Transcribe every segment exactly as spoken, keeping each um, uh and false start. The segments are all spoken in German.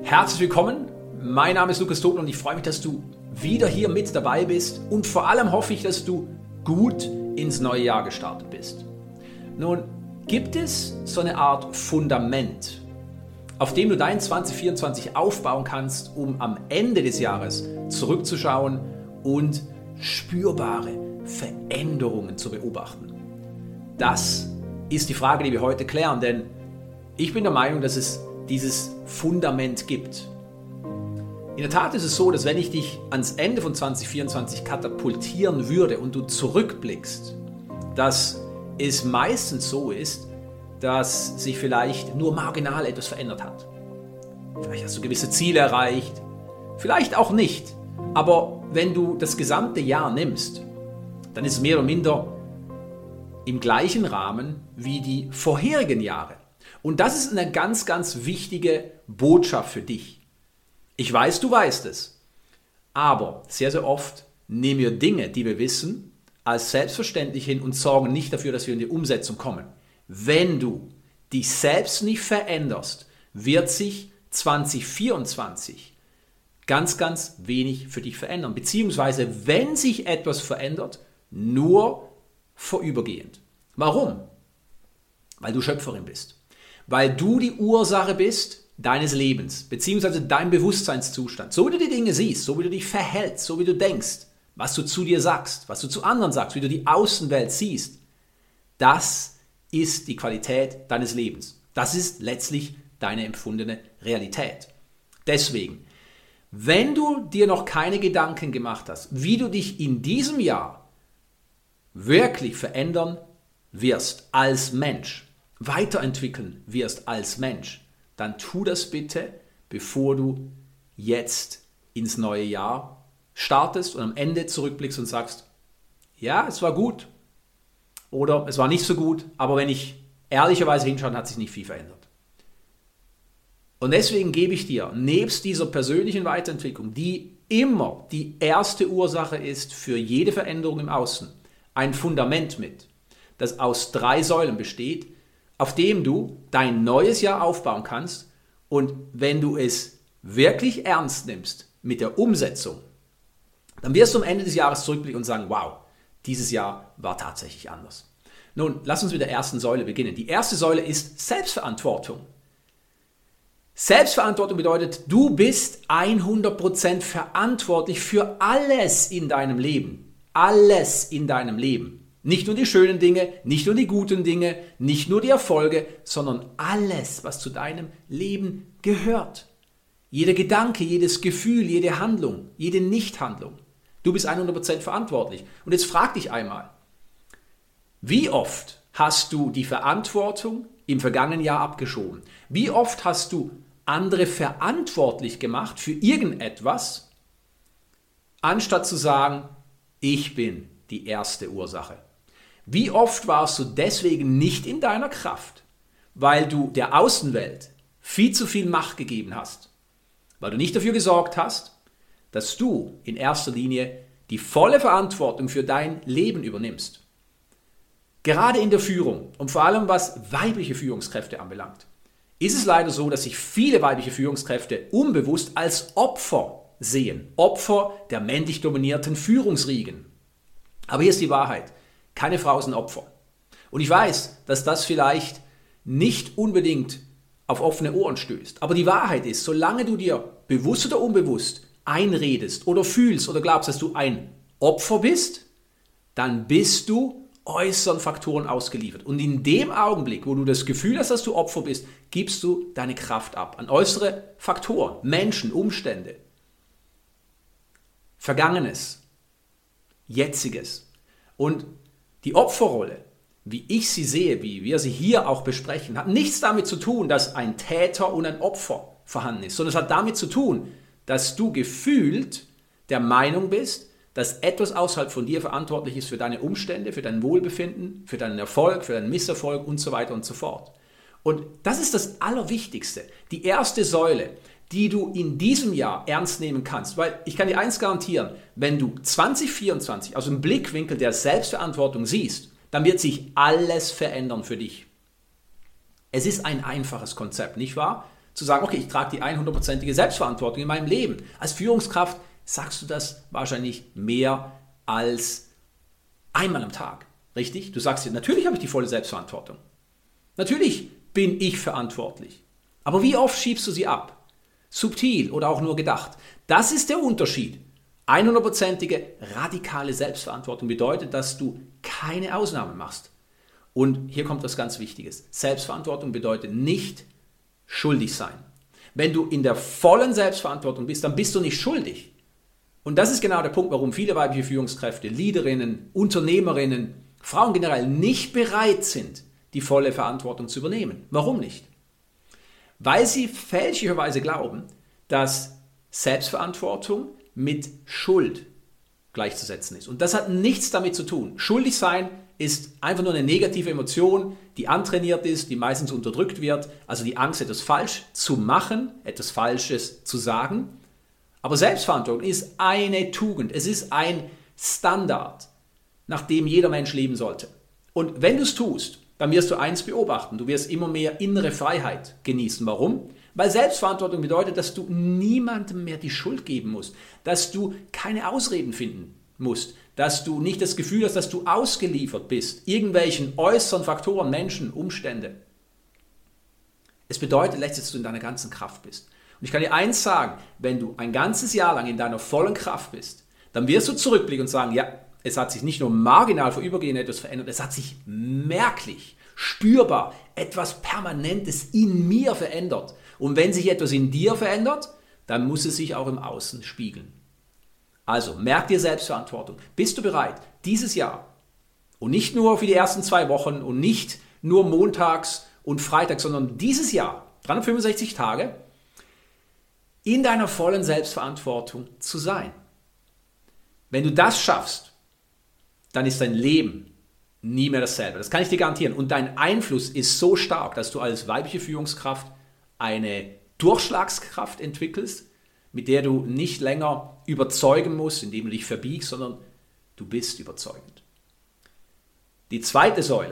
Herzlich willkommen, mein Name ist Lukas Tobler und ich freue mich, dass du wieder hier mit dabei bist und vor allem hoffe ich, dass du gut ins neue Jahr gestartet bist. Nun, gibt es so eine Art Fundament, auf dem du dein zwanzig vierundzwanzig aufbauen kannst, um am Ende des Jahres zurückzuschauen und spürbare Veränderungen zu beobachten? Das ist die Frage, die wir heute klären, denn ich bin der Meinung, dass es dieses Fundament gibt. In der Tat ist es so, dass wenn ich dich ans Ende von zwanzig vierundzwanzig katapultieren würde und du zurückblickst, dass es meistens so ist, dass sich vielleicht nur marginal etwas verändert hat. Vielleicht hast du gewisse Ziele erreicht, vielleicht auch nicht. Aber wenn du das gesamte Jahr nimmst, dann ist es mehr oder minder im gleichen Rahmen wie die vorherigen Jahre. Und das ist eine ganz, ganz wichtige Botschaft für dich. Ich weiß, du weißt es. Aber sehr, sehr oft nehmen wir Dinge, die wir wissen, als selbstverständlich hin und sorgen nicht dafür, dass wir in die Umsetzung kommen. Wenn du dich selbst nicht veränderst, wird sich zwanzig vierundzwanzig ganz, ganz wenig für dich verändern. Beziehungsweise, wenn sich etwas verändert, nur vorübergehend. Warum? Weil du Schöpferin bist. Weil du die Ursache bist deines Lebens, beziehungsweise dein Bewusstseinszustand. So wie du die Dinge siehst, so wie du dich verhältst, so wie du denkst, was du zu dir sagst, was du zu anderen sagst, wie du die Außenwelt siehst, das ist die Qualität deines Lebens. Das ist letztlich deine empfundene Realität. Deswegen, wenn du dir noch keine Gedanken gemacht hast, wie du dich in diesem Jahr wirklich verändern wirst als Mensch, weiterentwickeln wirst als Mensch, dann tu das bitte, bevor du jetzt ins neue Jahr startest und am Ende zurückblickst und sagst, ja, es war gut oder es war nicht so gut, aber wenn ich ehrlicherweise hinschaue, hat sich nicht viel verändert. Und deswegen gebe ich dir, nebst dieser persönlichen Weiterentwicklung, die immer die erste Ursache ist für jede Veränderung im Außen, ein Fundament mit, das aus drei Säulen besteht, auf dem du dein neues Jahr aufbauen kannst und wenn du es wirklich ernst nimmst mit der Umsetzung, dann wirst du am Ende des Jahres zurückblicken und sagen, wow, dieses Jahr war tatsächlich anders. Nun, lass uns mit der ersten Säule beginnen. Die erste Säule ist Selbstverantwortung. Selbstverantwortung bedeutet, du bist hundert Prozent verantwortlich für alles in deinem Leben. Alles in deinem Leben. Nicht nur die schönen Dinge, nicht nur die guten Dinge, nicht nur die Erfolge, sondern alles, was zu deinem Leben gehört. Jeder Gedanke, jedes Gefühl, jede Handlung, jede Nichthandlung. Du bist hundert Prozent verantwortlich. Und jetzt frag dich einmal, wie oft hast du die Verantwortung im vergangenen Jahr abgeschoben? Wie oft hast du andere verantwortlich gemacht für irgendetwas, anstatt zu sagen, ich bin die erste Ursache? Wie oft warst du deswegen nicht in deiner Kraft, weil du der Außenwelt viel zu viel Macht gegeben hast, weil du nicht dafür gesorgt hast, dass du in erster Linie die volle Verantwortung für dein Leben übernimmst. Gerade in der Führung und vor allem was weibliche Führungskräfte anbelangt, ist es leider so, dass sich viele weibliche Führungskräfte unbewusst als Opfer sehen, Opfer der männlich dominierten Führungsriegen. Aber hier ist die Wahrheit. Keine Frau ist ein Opfer. Und ich weiß, dass das vielleicht nicht unbedingt auf offene Ohren stößt. Aber die Wahrheit ist, solange du dir bewusst oder unbewusst einredest oder fühlst oder glaubst, dass du ein Opfer bist, dann bist du äußeren Faktoren ausgeliefert. Und in dem Augenblick, wo du das Gefühl hast, dass du Opfer bist, gibst du deine Kraft ab an äußere Faktoren, Menschen, Umstände, Vergangenes, Jetziges. Und die Opferrolle, wie ich sie sehe, wie wir sie hier auch besprechen, hat nichts damit zu tun, dass ein Täter und ein Opfer vorhanden ist, sondern es hat damit zu tun, dass du gefühlt der Meinung bist, dass etwas außerhalb von dir verantwortlich ist für deine Umstände, für dein Wohlbefinden, für deinen Erfolg, für deinen Misserfolg und so weiter und so fort. Und das ist das Allerwichtigste, die erste Säule, die du in diesem Jahr ernst nehmen kannst. Weil ich kann dir eins garantieren, wenn du zwanzig vierundzwanzig aus dem Blickwinkel der Selbstverantwortung siehst, dann wird sich alles verändern für dich. Es ist ein einfaches Konzept, nicht wahr? zu sagen, okay, ich trage die hundertprozentige Selbstverantwortung in meinem Leben. Als Führungskraft sagst du das wahrscheinlich mehr als einmal am Tag, richtig? Du sagst dir, natürlich habe ich die volle Selbstverantwortung. Natürlich bin ich verantwortlich. Aber wie oft schiebst du sie ab? Subtil oder auch nur gedacht. Das ist der Unterschied. hundertprozentige radikale Selbstverantwortung bedeutet, dass du keine Ausnahmen machst. Und hier kommt was ganz Wichtiges. Selbstverantwortung bedeutet nicht schuldig sein. Wenn du in der vollen Selbstverantwortung bist, dann bist du nicht schuldig. Und das ist genau der Punkt, warum viele weibliche Führungskräfte, Leaderinnen, Unternehmerinnen, Frauen generell nicht bereit sind, die volle Verantwortung zu übernehmen. Warum nicht? Weil sie fälschlicherweise glauben, dass Selbstverantwortung mit Schuld gleichzusetzen ist. Und das hat nichts damit zu tun. Schuldig sein ist einfach nur eine negative Emotion, die antrainiert ist, die meistens unterdrückt wird. Also die Angst, etwas falsch zu machen, etwas Falsches zu sagen. Aber Selbstverantwortung ist eine Tugend. Es ist ein Standard, nach dem jeder Mensch leben sollte. Und wenn du es tust, dann wirst du eins beobachten. Du wirst immer mehr innere Freiheit genießen. Warum? Weil Selbstverantwortung bedeutet, dass du niemandem mehr die Schuld geben musst, dass du keine Ausreden finden musst, dass du nicht das Gefühl hast, dass du ausgeliefert bist, irgendwelchen äußeren Faktoren, Menschen, Umstände. Es bedeutet letztlich, dass du in deiner ganzen Kraft bist. Und ich kann dir eins sagen, wenn du ein ganzes Jahr lang in deiner vollen Kraft bist, dann wirst du zurückblicken und sagen, ja, es hat sich nicht nur marginal vorübergehend etwas verändert, es hat sich merklich, spürbar etwas Permanentes in mir verändert. Und wenn sich etwas in dir verändert, dann muss es sich auch im Außen spiegeln. Also, merk dir Selbstverantwortung. Bist du bereit, dieses Jahr und nicht nur für die ersten zwei Wochen und nicht nur montags und freitags, sondern dieses Jahr, dreihundertfünfundsechzig Tage, in deiner vollen Selbstverantwortung zu sein? Wenn du das schaffst, dann ist dein Leben nie mehr dasselbe. Das kann ich dir garantieren. Und dein Einfluss ist so stark, dass du als weibliche Führungskraft eine Durchschlagskraft entwickelst, mit der du nicht länger überzeugen musst, indem du dich verbiegst, sondern du bist überzeugend. Die zweite Säule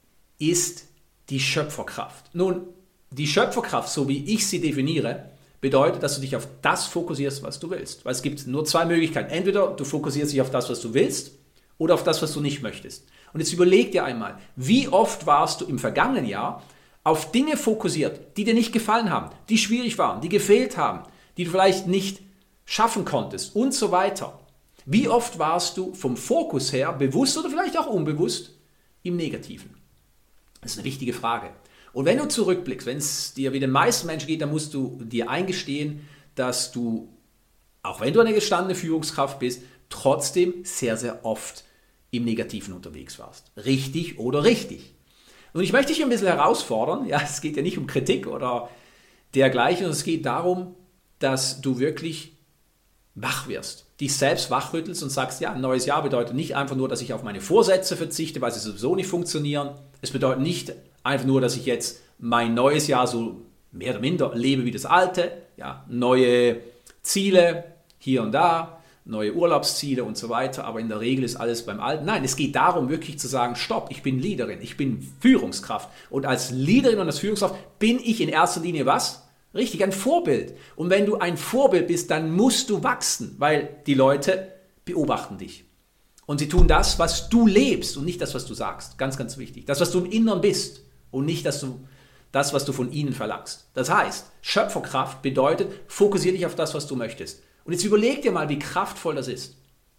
ist die Schöpferkraft. Nun, die Schöpferkraft, so wie ich sie definiere, bedeutet, dass du dich auf das fokussierst, was du willst. Weil es gibt nur zwei Möglichkeiten. Entweder du fokussierst dich auf das, was du willst, oder auf das, was du nicht möchtest. Und jetzt überleg dir einmal, wie oft warst du im vergangenen Jahr auf Dinge fokussiert, die dir nicht gefallen haben, die schwierig waren, die gefehlt haben, die du vielleicht nicht schaffen konntest und so weiter. Wie oft warst du vom Fokus her, bewusst oder vielleicht auch unbewusst, im Negativen? Das ist eine wichtige Frage. Und wenn du zurückblickst, wenn es dir wie den meisten Menschen geht, dann musst du dir eingestehen, dass du, auch wenn du eine gestandene Führungskraft bist, trotzdem sehr, sehr oft im Negativen unterwegs warst. Richtig oder richtig. Und ich möchte dich ein bisschen herausfordern, ja, es geht ja nicht um Kritik oder dergleichen, sondern es geht darum, dass du wirklich wach wirst, dich selbst wachrüttelst und sagst, ja, ein neues Jahr bedeutet nicht einfach nur, dass ich auf meine Vorsätze verzichte, weil sie sowieso nicht funktionieren. Es bedeutet nicht einfach nur, dass ich jetzt mein neues Jahr so mehr oder minder lebe wie das alte, ja, neue Ziele hier und da, neue Urlaubsziele und so weiter, aber in der Regel ist alles beim Alten. Nein, es geht darum, wirklich zu sagen, stopp, ich bin Leaderin, ich bin Führungskraft. Und als Leaderin und als Führungskraft bin ich in erster Linie was? Richtig, ein Vorbild. Und wenn du ein Vorbild bist, dann musst du wachsen, weil die Leute beobachten dich. Und sie tun das, was du lebst und nicht das, was du sagst. Ganz, ganz wichtig. Das, was du im Inneren bist und nicht das, das was du von ihnen verlangst. Das heißt, Schöpferkraft bedeutet, fokussiere dich auf das, was du möchtest. Und jetzt überleg dir mal, wie kraftvoll das ist.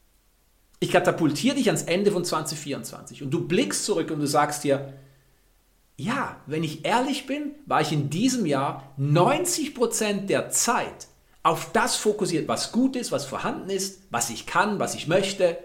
Ich katapultiere dich ans Ende von zwanzig vierundzwanzig und du blickst zurück und du sagst dir, ja, wenn ich ehrlich bin, war ich in diesem Jahr neunzig Prozent der Zeit auf das fokussiert, was gut ist, was vorhanden ist, was ich kann, was ich möchte,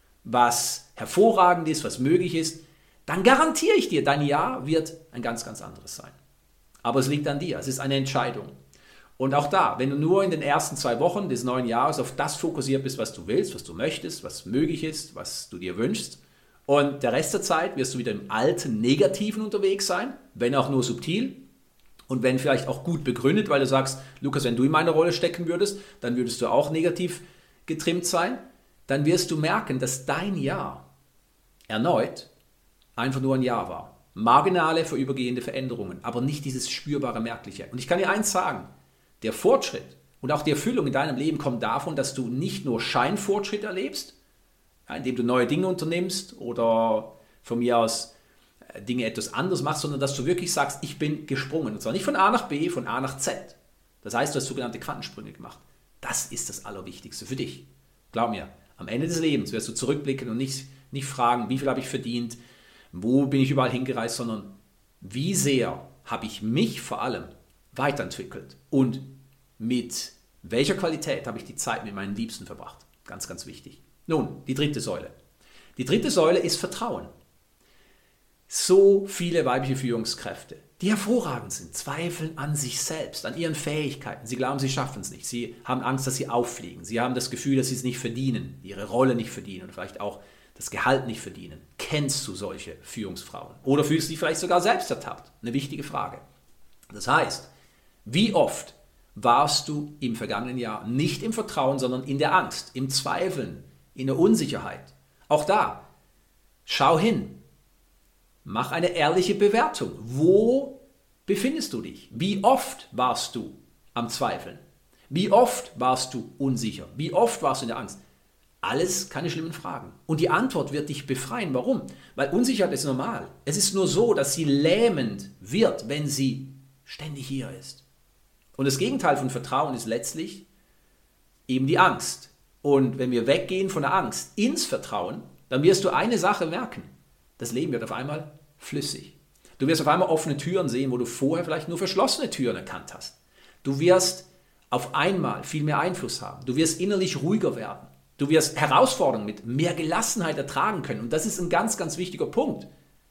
was hervorragend ist, was möglich ist. Dann garantiere ich dir, dein Jahr wird ein ganz, ganz anderes sein. Aber es liegt an dir, es ist eine Entscheidung. Und auch da, wenn du nur in den ersten zwei Wochen des neuen Jahres auf das fokussiert bist, was du willst, was du möchtest, was möglich ist, was du dir wünschst, und der Rest der Zeit wirst du wieder im alten Negativen unterwegs sein, wenn auch nur subtil und wenn vielleicht auch gut begründet, weil du sagst, Lukas, wenn du in meiner Rolle stecken würdest, dann würdest du auch negativ getrimmt sein, dann wirst du merken, dass dein Jahr erneut einfach nur ein Jahr war. marginale, vorübergehende Veränderungen, aber nicht dieses spürbare, merkliche. Und ich kann dir eins sagen, der Fortschritt und auch die Erfüllung in deinem Leben kommt davon, dass du nicht nur Scheinfortschritt erlebst, ja, indem du neue Dinge unternimmst oder von mir aus Dinge etwas anders machst, sondern dass du wirklich sagst, ich bin gesprungen. Und zwar nicht von A nach B, von A nach Z. Das heißt, du hast sogenannte Quantensprünge gemacht. Das ist das Allerwichtigste für dich. Glaub mir, am Ende des Lebens wirst du zurückblicken und nicht, nicht fragen, wie viel habe ich verdient, wo bin ich überall hingereist, sondern wie sehr habe ich mich vor allem weiterentwickelt und mit welcher Qualität habe ich die Zeit mit meinen Liebsten verbracht. Ganz, ganz wichtig. Nun, die dritte Säule. Die dritte Säule ist Vertrauen. So viele weibliche Führungskräfte, die hervorragend sind, zweifeln an sich selbst, an ihren Fähigkeiten. Sie glauben, sie schaffen es nicht. Sie haben Angst, dass sie auffliegen. Sie haben das Gefühl, dass sie es nicht verdienen, ihre Rolle nicht verdienen und vielleicht auch das Gehalt nicht verdienen. Kennst du solche Führungsfrauen? Oder fühlst du dich vielleicht sogar selbst ertappt? Eine wichtige Frage. Das heißt, wie oft warst du im vergangenen Jahr nicht im Vertrauen, sondern in der Angst, im Zweifeln, in der Unsicherheit? Auch da, schau hin. Mach eine ehrliche Bewertung. Wo befindest du dich? Wie oft warst du am Zweifeln? Wie oft warst du unsicher? Wie oft warst du in der Angst? Alles keine schlimmen Fragen. Und die Antwort wird dich befreien. Warum? Weil Unsicherheit ist normal. Es ist nur so, dass sie lähmend wird, wenn sie ständig hier ist. Und das Gegenteil von Vertrauen ist letztlich eben die Angst. Und wenn wir weggehen von der Angst ins Vertrauen, dann wirst du eine Sache merken. Das Leben wird auf einmal flüssig. Du wirst auf einmal offene Türen sehen, wo du vorher vielleicht nur verschlossene Türen erkannt hast. Du wirst auf einmal viel mehr Einfluss haben. Du wirst innerlich ruhiger werden. Du wirst Herausforderungen mit mehr Gelassenheit ertragen können. Und das ist ein ganz, ganz wichtiger Punkt.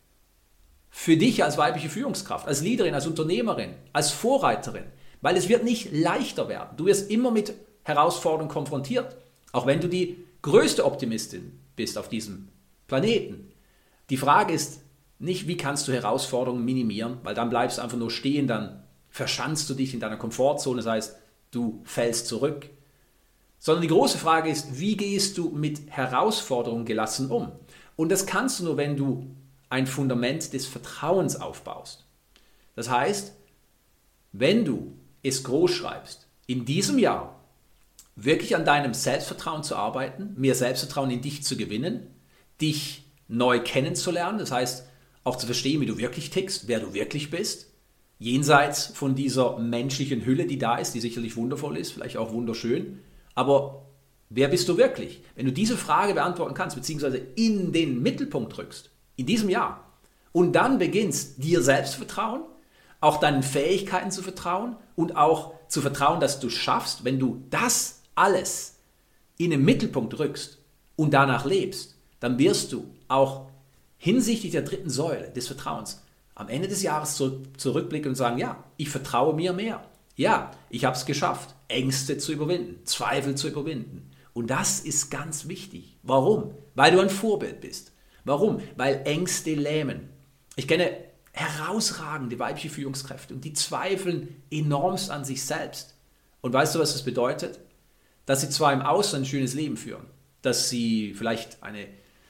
Für dich als weibliche Führungskraft, als Leaderin, als Unternehmerin, als Vorreiterin. Weil es wird nicht leichter werden. Du wirst immer mit Herausforderungen konfrontiert. Auch wenn du die größte Optimistin bist auf diesem Planeten. Die Frage ist nicht, wie kannst du Herausforderungen minimieren, weil dann bleibst du einfach nur stehen, dann verschanzt du dich in deiner Komfortzone, das heißt, du fällst zurück. Sondern die große Frage ist, wie gehst du mit Herausforderungen gelassen um? Und das kannst du nur, wenn du ein Fundament des Vertrauens aufbaust. Das heißt, wenn du es groß schreibst, in diesem Jahr wirklich an deinem Selbstvertrauen zu arbeiten, mehr Selbstvertrauen in dich zu gewinnen, dich neu kennenzulernen, das heißt auch zu verstehen, wie du wirklich tickst, wer du wirklich bist, jenseits von dieser menschlichen Hülle, die da ist, die sicherlich wundervoll ist, vielleicht auch wunderschön, aber wer bist du wirklich? Wenn du diese Frage beantworten kannst, beziehungsweise in den Mittelpunkt rückst, in diesem Jahr, und dann beginnst, dir selbst zu vertrauen, auch deinen Fähigkeiten zu vertrauen und auch zu vertrauen, dass du schaffst, wenn du das alles in den Mittelpunkt rückst und danach lebst, dann wirst du auch hinsichtlich der dritten Säule des Vertrauens am Ende des Jahres zurück, zurückblicken und sagen, ja, ich vertraue mir mehr. Ja, ich habe es geschafft, Ängste zu überwinden, Zweifel zu überwinden. Und das ist ganz wichtig. Warum? Weil du ein Vorbild bist. Warum? Weil Ängste lähmen. Ich kenne herausragende weibliche Führungskräfte und die zweifeln enormst an sich selbst. Und weißt du, was das bedeutet? Dass sie zwar im Außen ein schönes Leben führen, dass sie vielleicht eine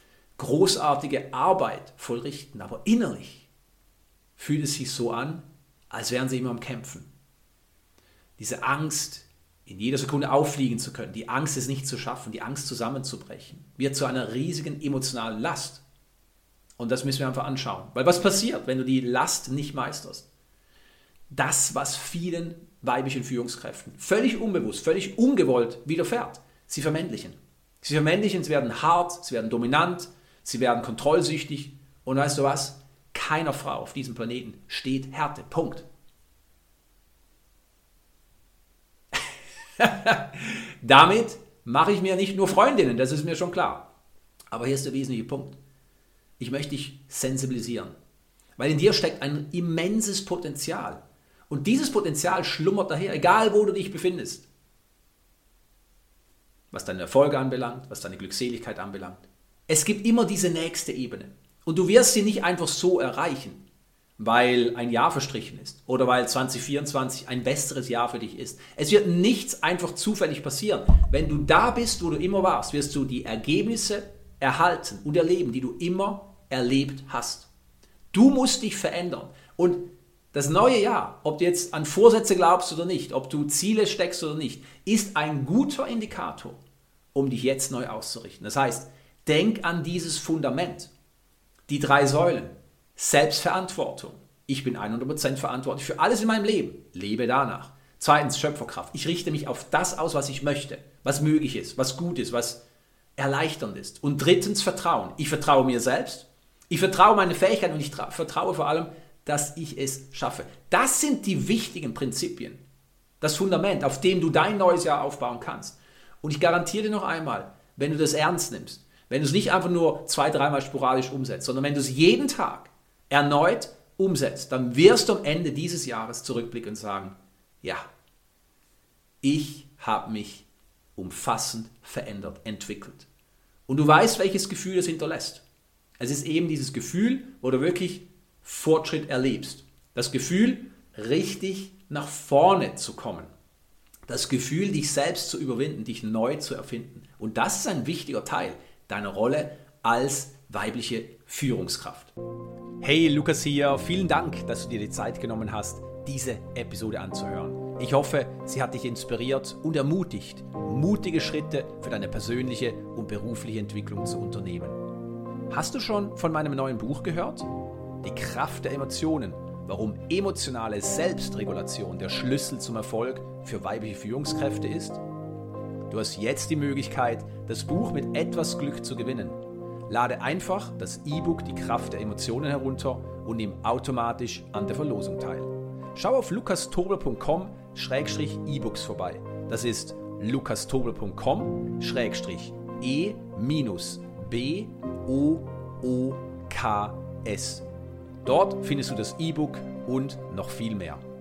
großartige Arbeit vollrichten, aber innerlich fühlt es sich so an, als wären sie immer am Kämpfen. Diese Angst, in jeder Sekunde auffliegen zu können, die Angst, es nicht zu schaffen, die Angst zusammenzubrechen, wird zu einer riesigen emotionalen Last. Und das müssen wir einfach anschauen. Weil was passiert, wenn du die Last nicht meisterst? Das, was vielen weiblichen Führungskräften völlig unbewusst, völlig ungewollt widerfährt. Sie vermännlichen. Sie vermännlichen, sie werden hart, sie werden dominant, sie werden kontrollsüchtig. Und weißt du was? Keiner Frau auf diesem Planeten steht Härte. Punkt. Damit mache ich mir nicht nur Freundinnen, das ist mir schon klar. Aber hier ist der wesentliche Punkt. Ich möchte dich sensibilisieren, weil in dir steckt ein immenses Potenzial. Und dieses Potenzial schlummert daher, egal wo du dich befindest. Was deine Erfolge anbelangt, was deine Glückseligkeit anbelangt. Es gibt immer diese nächste Ebene. Und du wirst sie nicht einfach so erreichen, weil ein Jahr verstrichen ist oder weil zwanzig vierundzwanzig ein besseres Jahr für dich ist. Es wird nichts einfach zufällig passieren. Wenn du da bist, wo du immer warst, wirst du die Ergebnisse erhalten und erleben, die du immer erlebt hast. Du musst dich verändern. Und das neue Jahr, ob du jetzt an Vorsätze glaubst oder nicht, ob du Ziele steckst oder nicht, ist ein guter Indikator, um dich jetzt neu auszurichten. Das heißt, denk an dieses Fundament. Die drei Säulen. Selbstverantwortung. Ich bin hundert Prozent verantwortlich für alles in meinem Leben. Lebe danach. Zweitens, Schöpferkraft. Ich richte mich auf das aus, was ich möchte, was möglich ist, was gut ist, was erleichternd ist. Und drittens, Vertrauen. Ich vertraue mir selbst. Ich vertraue meine Fähigkeiten und ich vertraue vor allem, dass ich es schaffe. Das sind die wichtigen Prinzipien. Das Fundament, auf dem du dein neues Jahr aufbauen kannst. Und ich garantiere dir noch einmal, wenn du das ernst nimmst, wenn du es nicht einfach nur zwei, dreimal sporadisch umsetzt, sondern wenn du es jeden Tag erneut umsetzt, dann wirst du am Ende dieses Jahres zurückblicken und sagen, ja, ich habe mich umfassend verändert, entwickelt. Und du weißt, welches Gefühl es hinterlässt. Es ist eben dieses Gefühl, wo du wirklich Fortschritt erlebst. Das Gefühl, richtig nach vorne zu kommen. Das Gefühl, dich selbst zu überwinden, dich neu zu erfinden. Und das ist ein wichtiger Teil deiner Rolle als weibliche Führungskraft. Hey, Lukas hier. Vielen Dank, dass du dir die Zeit genommen hast, diese Episode anzuhören. Ich hoffe, sie hat dich inspiriert und ermutigt, mutige Schritte für deine persönliche und berufliche Entwicklung zu unternehmen. Hast du schon von meinem neuen Buch gehört? Die Kraft der Emotionen, warum emotionale Selbstregulation der Schlüssel zum Erfolg für weibliche Führungskräfte ist? Du hast jetzt die Möglichkeit, das Buch mit etwas Glück zu gewinnen. Lade einfach das E-Book Die Kraft der Emotionen herunter und nimm automatisch an der Verlosung teil. Schau auf lukastobler punkt com Schrägstrich E-Books vorbei. Das ist lukastobler punkt com Schrägstrich E B O O K S. Dort findest du das E-Book und noch viel mehr.